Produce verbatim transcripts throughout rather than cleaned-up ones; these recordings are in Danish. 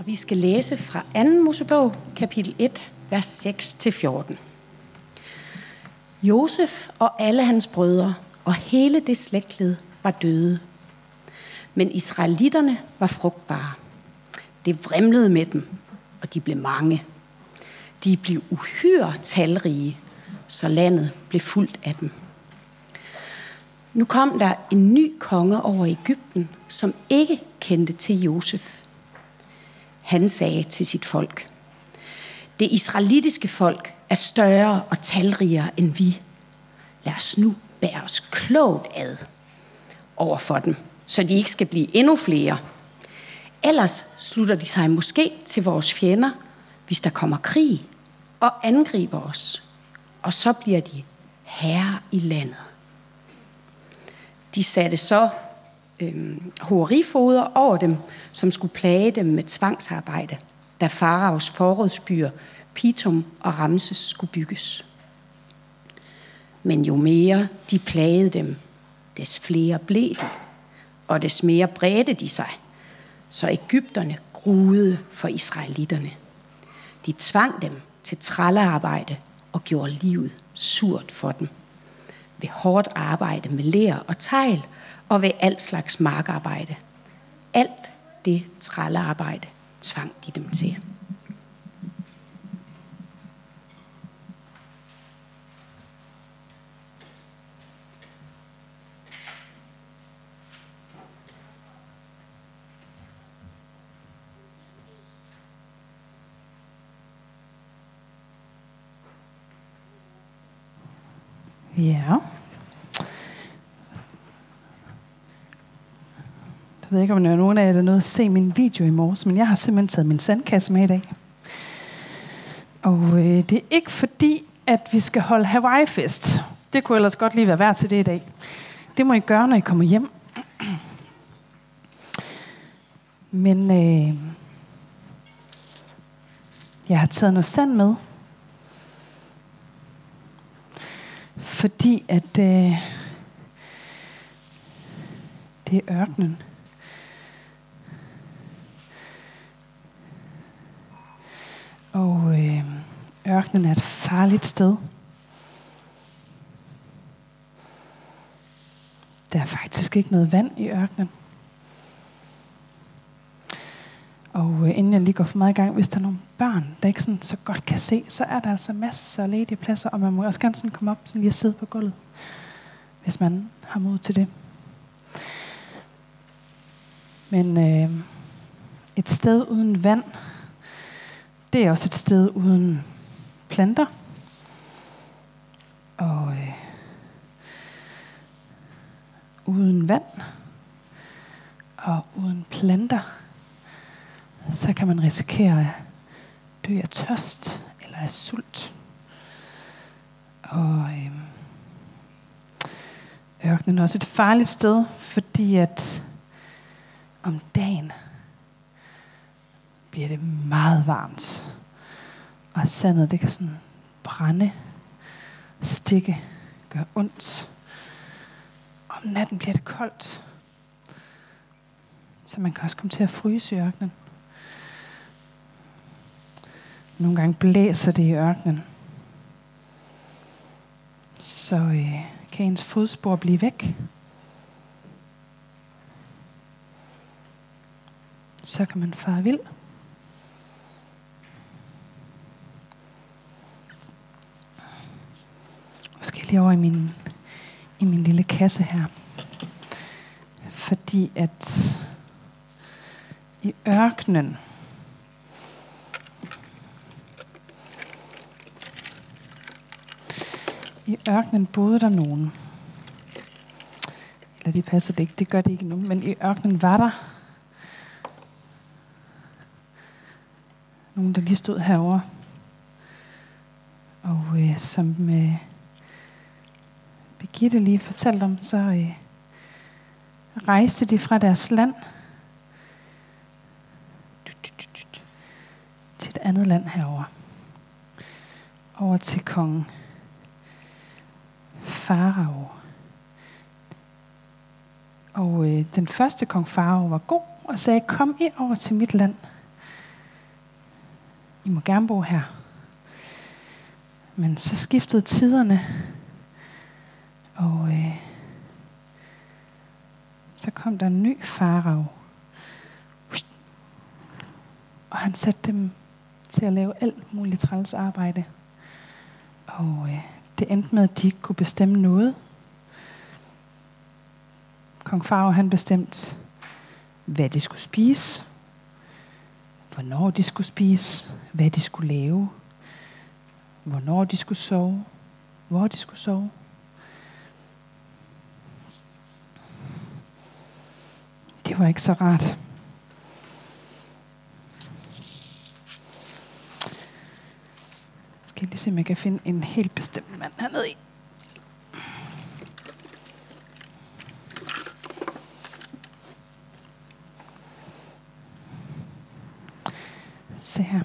Vi skal læse fra anden Mosebog, kapitel et, vers seks til fjorten. Josef og alle hans brødre og hele det slægtled var døde. Men israelitterne var frugtbare. Det vrimlede med dem, og de blev mange. De blev uhyre talrige, så landet blev fuldt af dem. Nu kom der en ny konge over Egypten, som ikke kendte til Josef. Han sagde til sit folk: det israelitiske folk er større og talrigere end vi. Lad os nu bære os klogt ad over for dem, så de ikke skal blive endnu flere. Ellers slutter de sig måske til vores fjender, hvis der kommer krig og angriber os. Og så bliver de herrer i landet. De satte så øhm, hoverifoder over dem, som skulle plage dem med tvangsarbejde, da faraos forrådsbyer Pitom og Ramses skulle bygges. Men jo mere de plagede dem, des flere blev de, og des mere bredte de sig, så egypterne gruede for israelitterne. De tvang dem til trællearbejde og gjorde livet surt for dem. Ved hårdt arbejde med ler og tegl og ved alt slags markarbejde. Alt det trællearbejde tvang de dem til. Ja. Jeg ved ikke, om der er nogen af jer, der nåede at se min video i morges, men jeg har simpelthen taget min sandkasse med i dag. Og øh, det er ikke fordi, at vi skal holde Hawaii-fest. Det kunne ellers godt lige være værd til det i dag. Det må I gøre, når I kommer hjem. Men øh, jeg har taget noget sand med. Fordi at øh, det er ørkenen. Og øh, ørkenen er et farligt sted. Der er faktisk ikke noget vand i ørkenen. Og øh, inden jeg lige går for meget i gang, hvis der er nogle børn, der ikke sådan så godt kan se, så er der altså masser af ledige pladser, og man må også gerne sådan komme op sådan lige at sidde på gulvet, hvis man har mod til det. Men øh, et sted uden vand, det er også et sted uden planter. Og øh, uden vand og uden planter, så kan man risikere at dø af tørst eller af sult. Og øh, ørkenen er også et farligt sted, fordi at om dagen bliver det meget varmt, og sandet det kan sådan brænde, stikke, gøre ondt. Om natten bliver det koldt, så man kan også komme til at fryse i ørkenen. Nogle gange blæser det i ørkenen, så øh, kan ens fodspor blive væk. Så kan man fare vild. Måske lige over i min, i min lille kasse her. Fordi at i ørkenen, I ørkenen boede der nogen. Eller det passer det ikke, det gør det ikke nu. Men i ørkenen var der nogen, der lige stod herovre. Og øh, som øh, Birgitte lige fortalte om, så øh, rejste de fra deres land til et andet land herovre. Over til kongen Farao. Og øh, den første kong Farao var god og sagde, kom I over til mit land. I må gerne bo her. Men så skiftede tiderne, og øh, så kom der en ny farao. Og han satte dem til at lave alt muligt træls arbejde. Og øh, det endte med, at de ikke kunne bestemme noget. Kong Farao, han bestemte, hvad de skulle spise, hvornår de skulle spise, hvad de skulle lave, hvornår de skulle sove, hvor de skulle sove. Det var ikke så rart. Skal jeg lige se, om jeg kan finde en helt bestemt mand hernede i. Se her.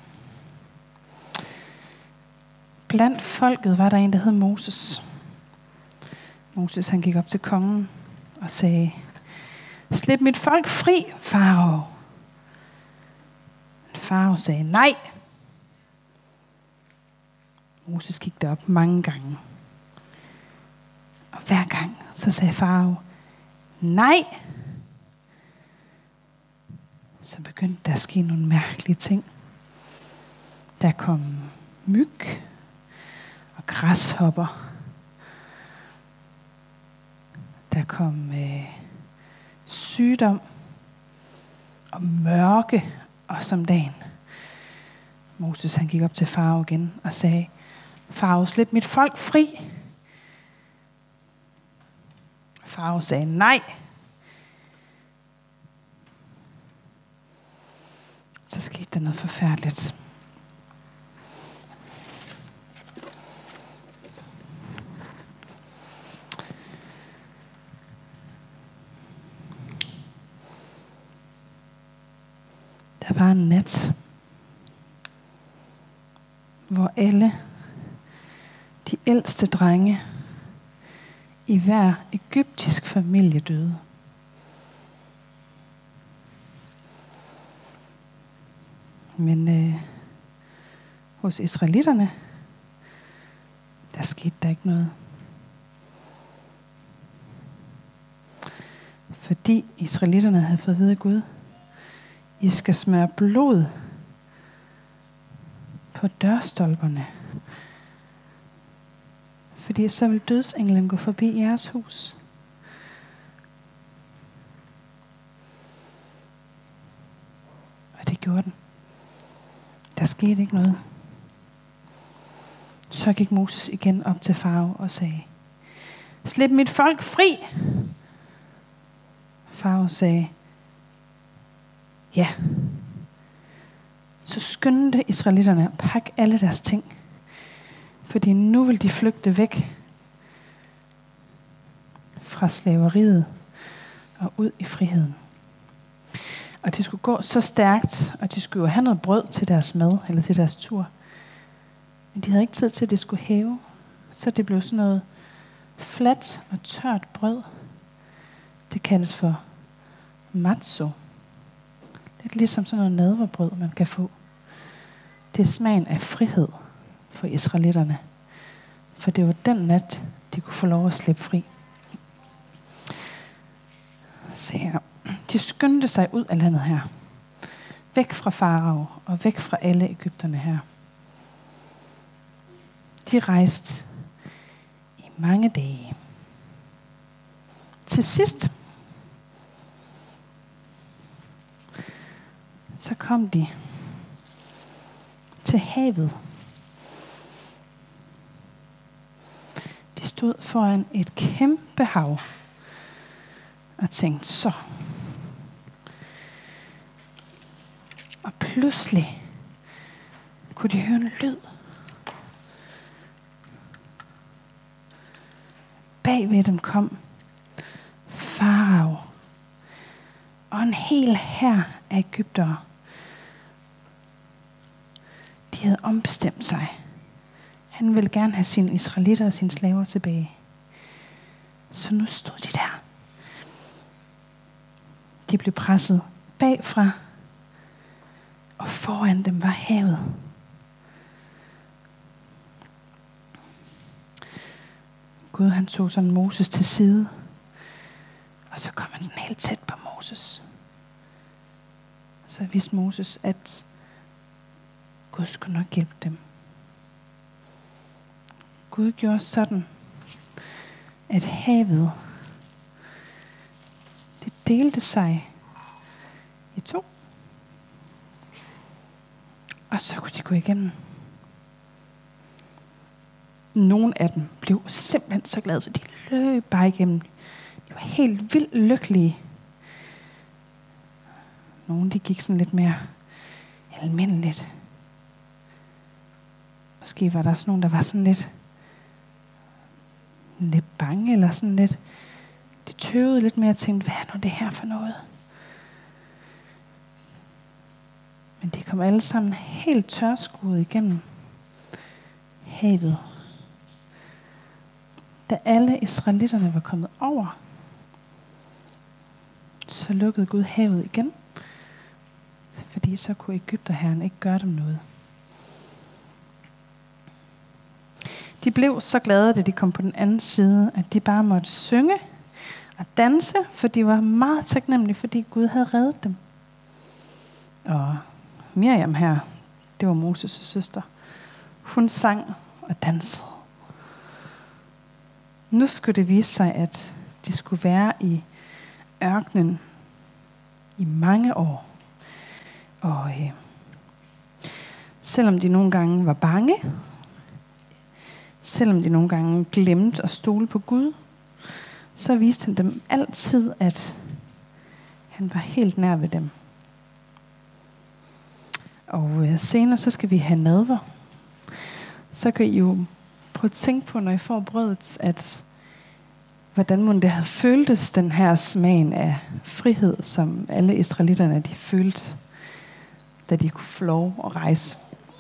Blandt folket var der en, der hed Moses. Moses, han gik op til kongen og sagde, slip mit folk fri, farao. Farao sagde, nej. Moses gik derop mange gange. Og hver gang, så sagde farao, nej. Så begyndte der at ske nogle mærkelige ting. Der kom myg og græshopper. Der kom øh, sygdom og mørke også om dagen. Moses, han gik op til farao igen og sagde, farao, slip mit folk fri. Farao sagde nej. Så skete der noget forfærdeligt. Der var en nat, hvor alle de ældste drenge i hver egyptisk familie døde. Men øh, hos israelitterne, der skete der ikke noget. Fordi israelitterne havde fået at vide af Gud, I skal smøre blod på dørstolperne. Fordi så vil dødsenglen gå forbi jeres hus. Og det gjorde den. Der skete ikke noget. Så gik Moses igen op til farao og sagde, slip mit folk fri. Farao sagde, ja. Så skyndte israelitterne at pakke alle deres ting. Fordi nu vil de flygte væk fra slaveriet og ud i friheden. Og det skulle gå så stærkt, og de skulle jo have noget brød til deres mad, eller til deres tur. Men de havde ikke tid til, at det skulle hæve. Så det blev sådan noget fladt og tørt brød. Det kaldes for matzo. Lidt ligesom sådan noget nadverbrød, man kan få. Det er smagen af frihed for israelitterne. For det var den nat, de kunne få lov at slippe fri. Se her. De skyndte sig ud af landet her. Væk fra farao og væk fra alle egypterne her. De rejste i mange dage. Til sidst så kom de til havet. De stod foran et kæmpe hav og tænkte så. Og pludselig kunne de høre en lyd. Bag ved dem kom farao og en hel hær af egyptere. De havde ombestemt sig. Han ville gerne have sine israelitter og sine slaver tilbage. Så nu stod de der. De blev presset bagfra, og foran dem var havet. Gud han tog sådan Moses til side. Og så kom han sådan helt tæt på Moses. Så vidste Moses, at Gud skulle nok hjælpe dem. Gud gjorde sådan, at havet, det delte sig i to. Og så kunne de gå igennem. Nogle af dem blev simpelthen så glade, så de løb bare igennem. De var helt vildt lykkelige. Nogle de gik sådan lidt mere almindeligt. Måske var der også nogen, der var sådan lidt, lidt bange, eller sådan lidt. De tøvede lidt mere og tænkte, hvad er nu det her for noget? Men de kom alle sammen helt tørskoet igennem havet. Da alle israelitterne var kommet over, så lukkede Gud havet igen, fordi så kunne Egypterherren ikke gøre dem noget. De blev så glade, da de kom på den anden side, at de bare måtte synge og danse, for de var meget taknemmelige, fordi Gud havde reddet dem. Og Miriam her, det var Moses' søster, hun sang og dansede. Nu skulle det vise sig, at de skulle være i ørkenen i mange år. Og øh, selvom de nogle gange var bange, selvom de nogle gange glemte at stole på Gud, så viste han dem altid, at han var helt nær ved dem. Og øh, senere så skal vi have nadver. Så kan I jo prøve at tænke på, når I får brødet, at hvordan må det have føltes, den her smagen af frihed, som alle israelitterne de følte, da de kunne få lov at rejse.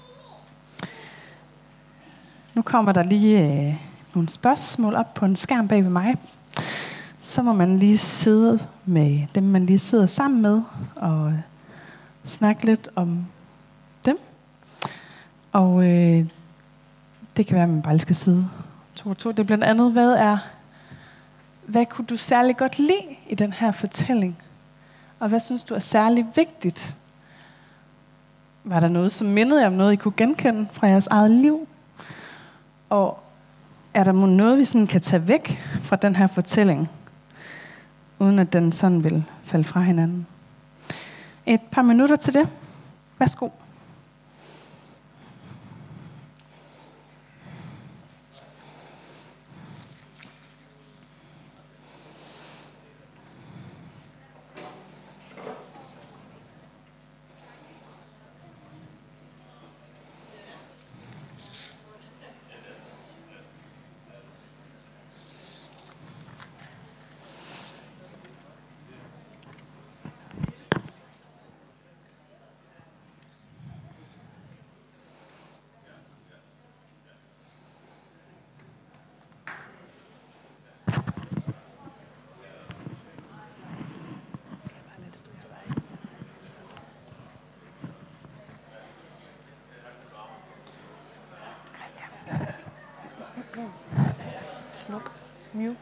Nu kommer der lige øh, nogle spørgsmål op på en skærm bag ved mig. Så må man lige sidde med dem, man lige sidder sammen med, og øh, snakke lidt om dem. Og øh, det kan være, at man bare skal sidde to og to. Det er blandt andet, hvad er, hvad kunne du særlig godt lide i den her fortælling? Og hvad synes du er særlig vigtigt? Var der noget, som mindede jer om noget, I kunne genkende fra jeres eget liv? Og er der noget, vi sådan kan tage væk fra den her fortælling, uden at den sådan vil falde fra hinanden? Et par minutter til det. Værsgo. Sluk. Mute.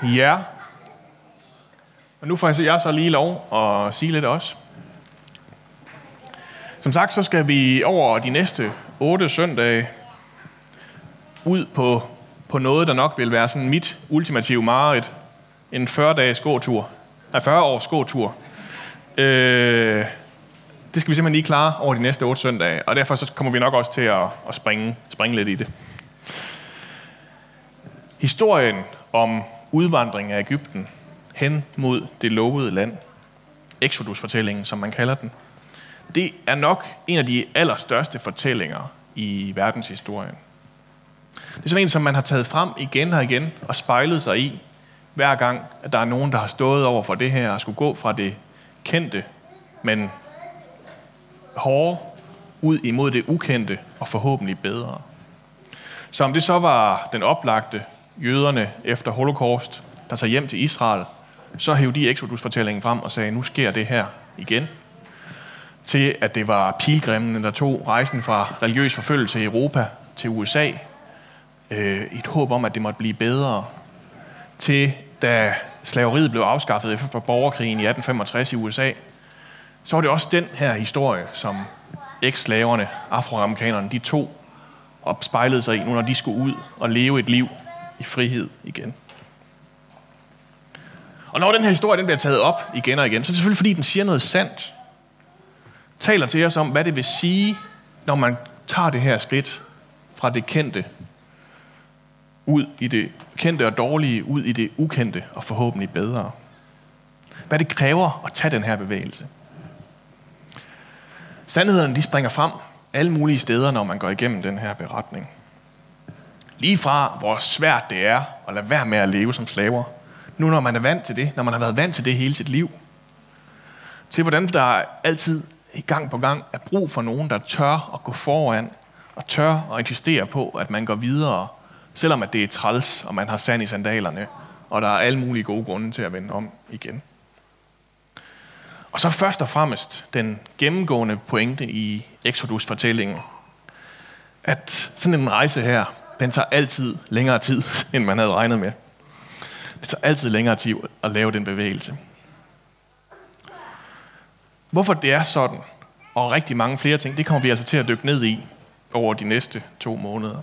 Ja. Og nu får jeg så lige lov at sige lidt også. Som sagt, så skal vi over de næste otte søndage ud på, på noget, der nok vil være sådan mit ultimative mareridt. En fyrre-dages gåtur. Nej, fyrre års gåtur. Øh, det skal vi simpelthen lige klare over de næste otte søndage, og derfor så kommer vi nok også til at, at springe, springe lidt i det. Historien om udvandring af Egypten hen mod det lovede land, Exodus-fortællingen, som man kalder den, det er nok en af de allerstørste fortællinger i verdenshistorien. Det er sådan en, som man har taget frem igen og igen og spejlet sig i, hver gang, at der er nogen, der har stået over for det her og skulle gå fra det kendte, men hårde, ud imod det ukendte og forhåbentlig bedre. Så om det så var den oplagte jøderne efter holocaust, der tager hjem til Israel, så hævde de Exodus-fortællingen frem og sagde, nu sker det her igen. Til at det var pilgrimene, der tog rejsen fra religiøs forfølgelse i Europa til U S A, øh, i et håb om, at det måtte blive bedre. Til da slaveriet blev afskaffet efter borgerkrigen i atten femogtres i U S A, så var det også den her historie, som eks-slaverne, afroamerikanerne, de tog og spejlede sig i, nu når de skulle ud og leve et liv i frihed igen. Og når den her historie den bliver taget op igen og igen, så er det selvfølgelig, fordi den siger noget sandt. Taler til os om, hvad det vil sige, når man tager det her skridt fra det kendte ud i det kendte og dårlige, ud i det ukendte og forhåbentlig bedre. Hvad det kræver at tage den her bevægelse. Sandhederne, de springer frem alle mulige steder, når man går igennem den her beretning. Lige fra, hvor svært det er at lade være med at leve som slaver. Nu når man er vant til det, når man har været vant til det hele sit liv. Til hvordan der altid i gang på gang er brug for nogen, der tør at gå foran og tør at insistere på, at man går videre, selvom at det er træls, og man har sand i sandalerne, og der er alle mulige gode grunde til at vende om igen. Og så først og fremmest den gennemgående pointe i Exodus-fortællingen, at sådan en rejse her, den tager altid længere tid, end man havde regnet med. Det tager altid længere tid at lave den bevægelse. Hvorfor det er sådan, og rigtig mange flere ting, det kommer vi altså til at dykke ned i over de næste to måneder.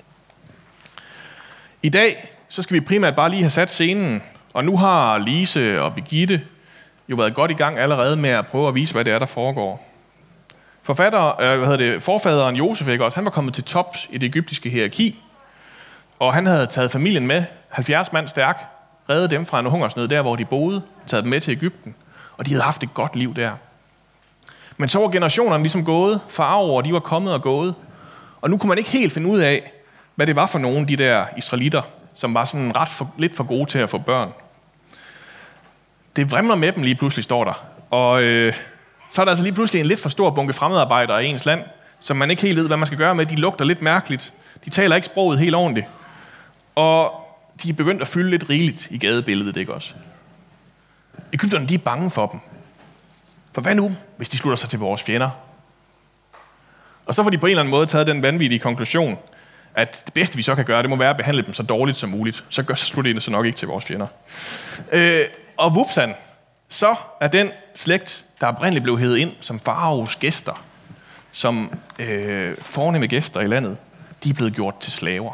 I dag så skal vi primært bare lige have sat scenen, og nu har Lise og Birgitte jo været godt i gang allerede med at prøve at vise, hvad det er, der foregår. Forfatter, øh, hvad hedder det, forfaderen Josef, ikke også, han var kommet til tops i det egyptiske hierarki, og han havde taget familien med, halvfjerds mand stærk, reddet dem fra en hungersnød der, hvor de boede, taget dem med til Egypten, og de havde haft et godt liv der. Men så var generationerne ligesom gået, faraoer, de var kommet og gået, og nu kunne man ikke helt finde ud af, hvad det var for nogen, de der israelitter, som var sådan ret for, lidt for gode til at få børn. Det vrimler med dem lige pludselig, står der. Og øh, så er der altså lige pludselig en lidt for stor bunke fremmedarbejdere i ens land, som man ikke helt ved, hvad man skal gøre med. De lugter lidt mærkeligt. De taler ikke sproget helt ordentligt. Og de er begyndt at fylde lidt rigeligt i gadebilledet, ikke også? Egypterne, de er bange for dem. For hvad nu, hvis de slutter sig til vores fjender? Og så får de på en eller anden måde taget den vanvittige konklusion, at det bedste, vi så kan gøre, det må være at behandle dem så dårligt som muligt. Så, gør, så slutter det så nok ikke til vores fjender. Øh, og vupsan, så er den slægt, der oprindeligt blev hævet ind som faraos gæster, som øh, fornemme gæster i landet, de er blevet gjort til slaver.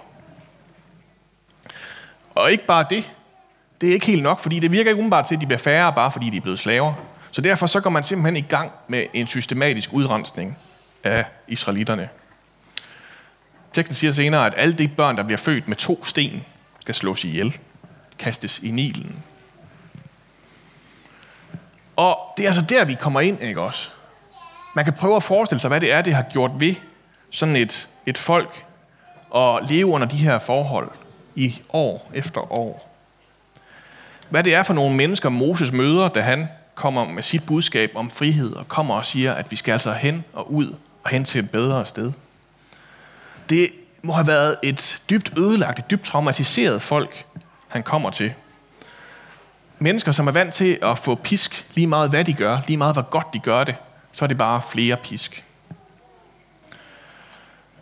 Og ikke bare det. Det er ikke helt nok, fordi det virker ikke umiddelbart til, at de bliver færre, bare fordi de er blevet slaver. Så derfor så går man simpelthen i gang med en systematisk udrensning af israelitterne. Teksten siger senere, at alle de børn, der bliver født med to sten, skal slås ihjel, kastes i Nilen. Og det er altså der, vi kommer ind, ikke også? Man kan prøve at forestille sig, hvad det er, det har gjort ved sådan et, et folk at leve under de her forhold i år efter år. Hvad det er for nogle mennesker, Moses møder, da han kommer med sit budskab om frihed og kommer og siger, at vi skal altså hen og ud og hen til et bedre sted. Det må have været et dybt ødelagt, et dybt traumatiseret folk, han kommer til. Mennesker, som er vant til at få pisk lige meget, hvad de gør, lige meget, hvor godt de gør det, så er det bare flere pisk.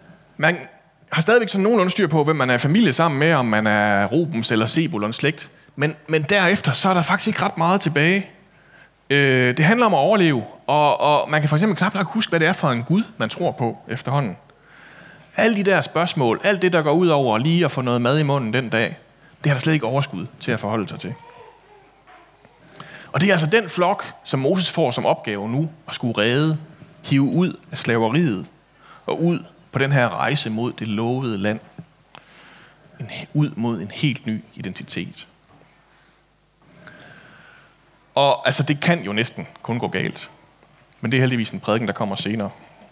Man har stadigvæk sådan nogenlunde styr på, hvem man er familie sammen med, om man er Rubens eller Zebulons slægt. Men, men derefter, så er der faktisk ikke ret meget tilbage. Øh, det handler om at overleve, og, og man kan for eksempel knap nok huske, hvad det er for en Gud, man tror på efterhånden. Alle de der spørgsmål, alt det, der går ud over lige at få noget mad i munden den dag, det har der slet ikke overskud til at forholde sig til. Og det er altså den flok, som Moses får som opgave nu, at skulle redde, hive ud af slaveriet, og ud på den her rejse mod det lovede land. En, ud mod en helt ny identitet. Og altså, det kan jo næsten kun gå galt. Men det er heldigvis en prædiken, der kommer senere.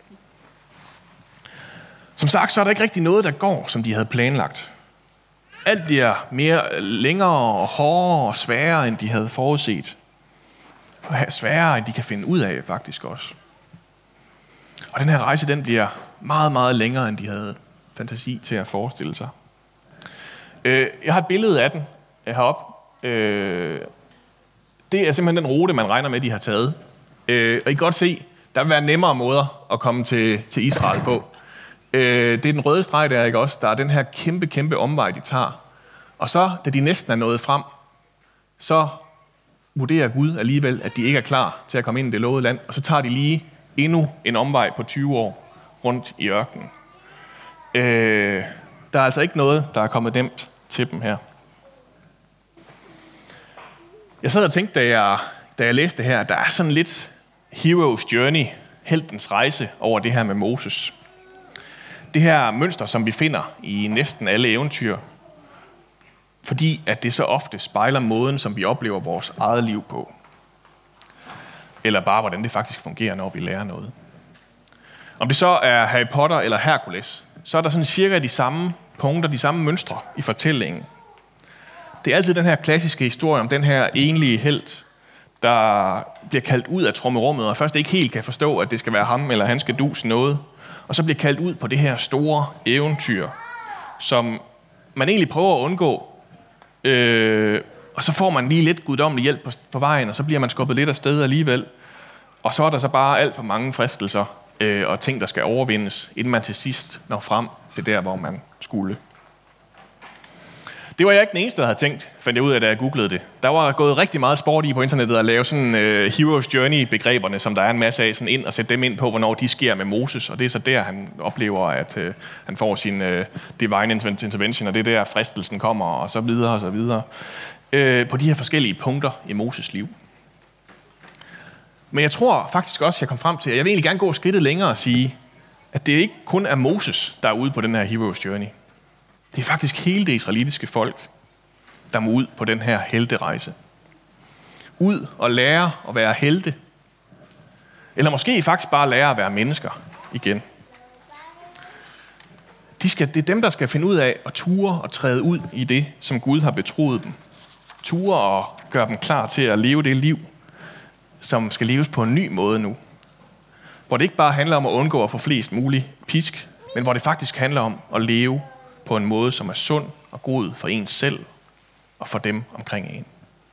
Som sagt, så er der ikke rigtig noget, der går, som de havde planlagt. Alt bliver mere længere og hårdere og sværere, end de havde forudset. Og sværere, end de kan finde ud af, faktisk også. Og den her rejse, den bliver meget, meget længere, end de havde fantasi til at forestille sig. Jeg har et billede af den heroppe. Det er simpelthen den rute, man regner med, de har taget. Og I kan godt se, der vil være nemmere måder at komme til, til Israel på. Det er den røde streg, der ikke også. Der er den her kæmpe, kæmpe omvej, de tager. Og så, da de næsten er nået frem, så vurderer Gud alligevel, at de ikke er klar til at komme ind i det lovede land. Og så tager de lige endnu en omvej på tyve år rundt i ørkenen. Øh, der er altså ikke noget, der er kommet nemt til dem her. Jeg sad og tænkte, da jeg, da jeg læste det her, at der er sådan lidt hero's journey, heltens rejse over det her med Moses. Det her mønster, som vi finder i næsten alle eventyr, fordi at det så ofte spejler måden, som vi oplever vores eget liv på. Eller bare, hvordan det faktisk fungerer, når vi lærer noget. Om det så er Harry Potter eller Hercules, så er der sådan cirka de samme punkter, de samme mønstre i fortællingen. Det er altid den her klassiske historie om den her enlige helt, der bliver kaldt ud af trommerummet, og først ikke helt kan forstå, at det skal være ham, eller han skal dus noget. Og så bliver kaldt ud på det her store eventyr, som man egentlig prøver at undgå. Øh, og så får man lige lidt guddommelig hjælp på, på vejen, og så bliver man skubbet lidt af sted alligevel. Og så er der så bare alt for mange fristelser øh, og ting, der skal overvindes, inden man til sidst når frem til der, hvor man skulle. Det var jeg ikke den eneste, der havde tænkt, fandt jeg ud af, da jeg googlede det. Der var gået rigtig meget sport i på internettet at lave sådan uh, Hero's Journey-begreberne, som der er en masse af, sådan ind og sætte dem ind på, hvornår de sker med Moses. Og det er så der, han oplever, at uh, han får sin uh, divine intervention, og det er der, fristelsen kommer, og så videre og så videre. Uh, på de her forskellige punkter i Moses liv. Men jeg tror faktisk også, jeg kom frem til, at jeg vil egentlig gerne gå skridtet længere og sige, at det ikke kun er Moses, der er ude på den her Hero's Journey. Det er faktisk hele det israelitiske folk, der må ud på den her helterejse. Ud og lære at være helte. Eller måske faktisk bare lære at være mennesker igen. De skal, det er dem, der skal finde ud af at ture og træde ud i det, som Gud har betroet dem. Ture og gøre dem klar til at leve det liv, som skal leves på en ny måde nu. Hvor det ikke bare handler om at undgå at få flest muligt pisk, men hvor det faktisk handler om at leve på en måde, som er sund og god for en selv og for dem omkring en.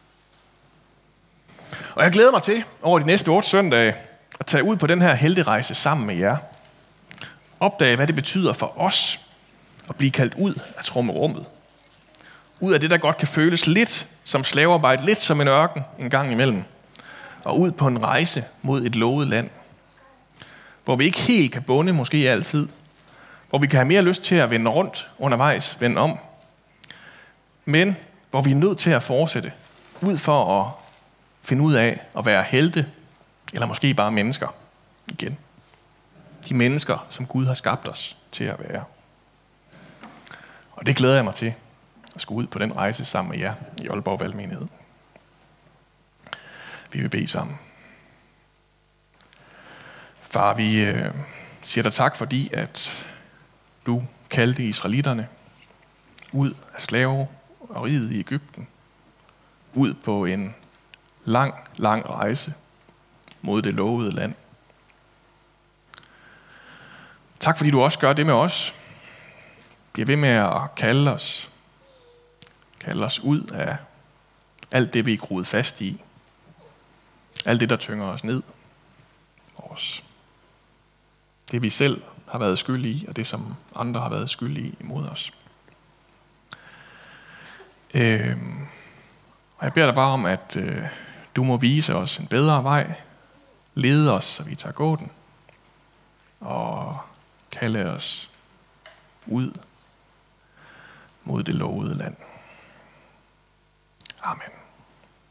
Og jeg glæder mig til over de næste otte søndage at tage ud på den her helterejse sammen med jer. Opdage, hvad det betyder for os at blive kaldt ud af trommerummet. Ud af det, der godt kan føles lidt som slavearbejde, lidt som en ørken en gang imellem. Og ud på en rejse mod et lovet land, hvor vi ikke helt kan bunde måske altid, hvor vi kan have mere lyst til at vende rundt undervejs, vende om, men hvor vi er nødt til at fortsætte ud for at finde ud af at være helte, eller måske bare mennesker igen. De mennesker, som Gud har skabt os til at være. Og det glæder jeg mig til, at skulle ud på den rejse sammen med jer i Aalborg Valgmenighed. Vi vil bede sammen. Far, vi øh, siger dig tak, fordi at du kaldte israelitterne ud af slaveriet i Egypten, ud på en lang, lang rejse mod det lovede land. Tak fordi du også gør det med os. Bliv ved med at kalde os, kalde os ud af alt det, vi er groet fast i. Alt det, der tynger os ned. Vores. Det, vi selv har været skyld i, og det, som andre har været skyld i imod os. Øhm. Og jeg beder dig bare om, at øh, du må vise os en bedre vej, lede os, så vi tager gå den, og kalde os ud mod det lovede land. Amen.